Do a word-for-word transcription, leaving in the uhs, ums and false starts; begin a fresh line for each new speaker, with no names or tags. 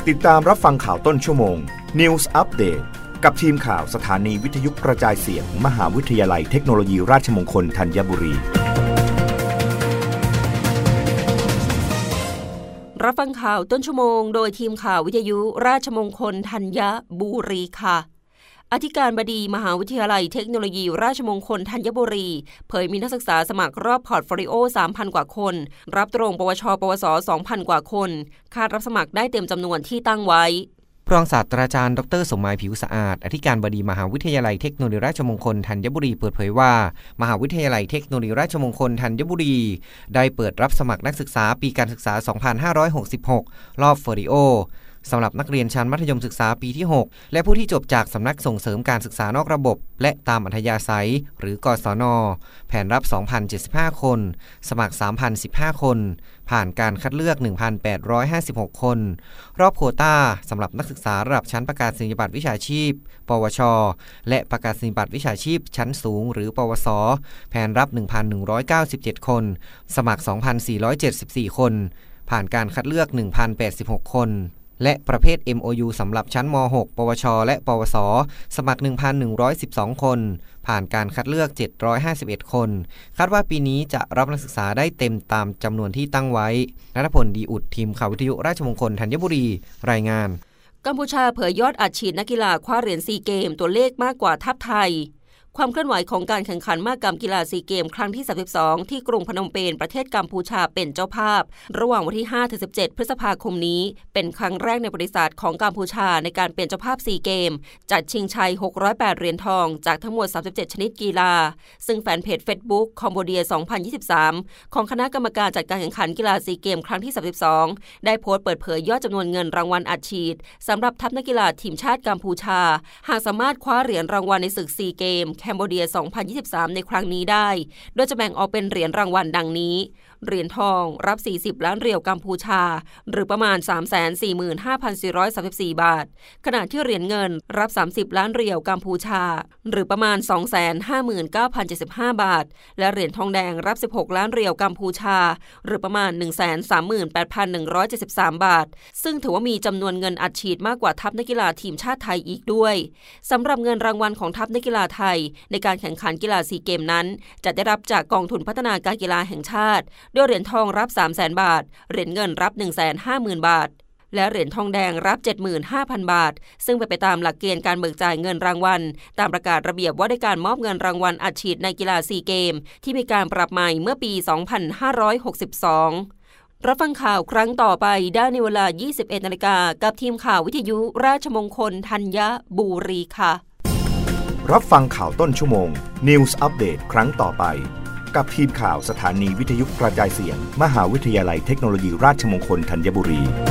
ติดตามรับฟังข่าวต้นชั่วโมง News Update กับทีมข่าวสถานีวิทยุกระจายเสียง มหาวิทยาลัยเทคโนโลยีราชมงคลธัญบุรี
รับฟังข่าวต้นชั่วโมงโดยทีมข่าววิทยุราชมงคลธัญบุรีค่ะอธิการบดีมหาวิทยาลัยเทคโนโลยีราชมงคลธัญบุรีเผยมีนักศึกษาสมัครรอบพอร์ตโฟลิโอ สามพัน กว่าคนรับตรงปวชปวส สองพัน กว่าคนคาดรับสมัครได้เต็มจำนวนที่ตั้งไว้
รองศาสตราจารย์ดรสมหมายผิวสะอาดอธิการบดีมหาวิทยาลัยเทคโนโลยีราชมงคลธัญบุรีเปิดเผยว่ามหาวิทยาลัยเทคโนโลยีราชมงคลธัญบุรีได้เปิดรับสมัครนักศึกษาปีการศึกษา สองพันห้าร้อยหกสิบหก รอบโฟลิโอสำหรับนักเรียนชั้นมัธยมศึกษาปีที่หกและผู้ที่จบจากสำนักส่งเสริมการศึกษานอกระบบและตามอัธยาศัยหรือกศน.แผนรับ สองพันเจ็ดสิบห้า คนสมัคร สามพันสิบห้า คนผ่านการคัดเลือก หนึ่งพันแปดร้อยห้าสิบหก คนรอบโควต้าสำหรับนักศึกษาระดับชั้นประกาศนียบัตรวิชาชีพปวชและประกาศนียบัตรวิชาชีพชั้นสูงหรือปวสแผนรับ หนึ่งพันหนึ่งร้อยเก้าสิบเจ็ด คนสมัคร สองพันสี่ร้อยเจ็ดสิบสี่ คนผ่านการคัดเลือก หนึ่งพันแปดสิบหก คนและประเภท เอ็ม โอ ยู สำหรับชั้นม หก ปวชและปวสสมัคร หนึ่งพันหนึ่งร้อยสิบสอง คนผ่านการคัดเลือก เจ็ดร้อยห้าสิบเอ็ด คนคาดว่าปีนี้จะรับนักศึกษาได้เต็มตามจำนวนที่ตั้งไว้ณัฐพล ดีอุดทีมข่าววิทยุราชมงคลธัญบุรีรายงาน
กัมพูชาเผยยอดอัดฉีดนักกีฬาคว้าเหรียญซีเกมตัวเลขมากกว่าทัพไทยความเคลื่อนไหวของการแข่งขันมหกรรมกีฬาซีเกมครั้งที่สามสิบสองที่กรุงพนมเปญประเทศกัมพูชาเป็นเจ้าภาพระหว่างวันที่ ห้าถึงสิบเจ็ด พฤษภาคมนี้เป็นครั้งแรกในประวัติศาสตร์ของกัมพูชาในการเป็นเจ้าภาพซีเกมจัดชิงชัยหกร้อยแปดเหรียญทองจากทั้งหมดสามสิบเจ็ดชนิดกีฬาซึ่งแฟนเพจ Facebook คอมโบเดีย สองพันยี่สิบสาม ของคณะกรรมการจัดการแข่งขันกีฬาซีเกมครั้งที่สามสิบสองได้โพสต์เปิดเผยยอดจำนวนเงินรางวัลอัดฉีดสำหรับทัพนักกีฬาทีมชาติกัมพูชาหากสามารถคว้าเหรียญรางวัลในศึกซีเกมแคมโบเดีย สองพันยี่สิบสาม ในครั้งนี้ได้โดยจะแบ่งออกเป็นเหรียญรางวัลดังนี้เหรียญทองรับสี่สิบล้านเหรียญกัมพูชาหรือประมาณ สามแสนสี่หมื่นห้าพันสี่ร้อยสามสิบสี่ บาทขณะที่เหรียญเงินรับสามสิบล้านเหรียญกัมพูชาหรือประมาณ สองแสนห้าหมื่นเก้าพันเจ็ดสิบห้า บาทและเหรียญทองแดงรับสิบหกล้านเหรียญกัมพูชาหรือประมาณ หนึ่งแสนสามหมื่นแปดพันหนึ่งร้อยเจ็ดสิบสาม บาทซึ่งถือว่ามีจำนวนเงินอัดฉีดมากกว่าทัพนักกีฬาทีมชาติไทยอีกด้วยสำหรับเงินรางวัลของทัพนักกีฬาไทยในการแข่งขันกีฬาซีเกมนั้นจะได้รับจากกองทุนพัฒนาการกีฬาแห่งชาติโดยเหรียญทองรับ สามแสน บาทเหรียญเงินรับ หนึ่งแสนห้าหมื่น บาทและเหรียญทองแดงรับ เจ็ดหมื่นห้าพัน บาทซึ่งเป็นไปตามหลักเกณฑ์การเบิกจ่ายเงินรางวัลตามประกาศระเบียบว่าด้วยการมอบเงินรางวัลอัดฉีดในกีฬาซีเกมที่มีการปรับใหม่เมื่อปี สองพันห้าร้อยหกสิบสองรับฟังข่าวครั้งต่อไปได้ในเวลา ยี่สิบเอ็ดนาฬิกา นกับทีมข่าววิทยุราชมงคลธัญบุรีค่ะ
รับฟังข่าวต้นชั่วโมง News Update ครั้งต่อไปกับทีมข่าวสถานีวิทยุกระจายเสียงมหาวิทยาลัยเทคโนโลยีราชมงคลธัญบุรี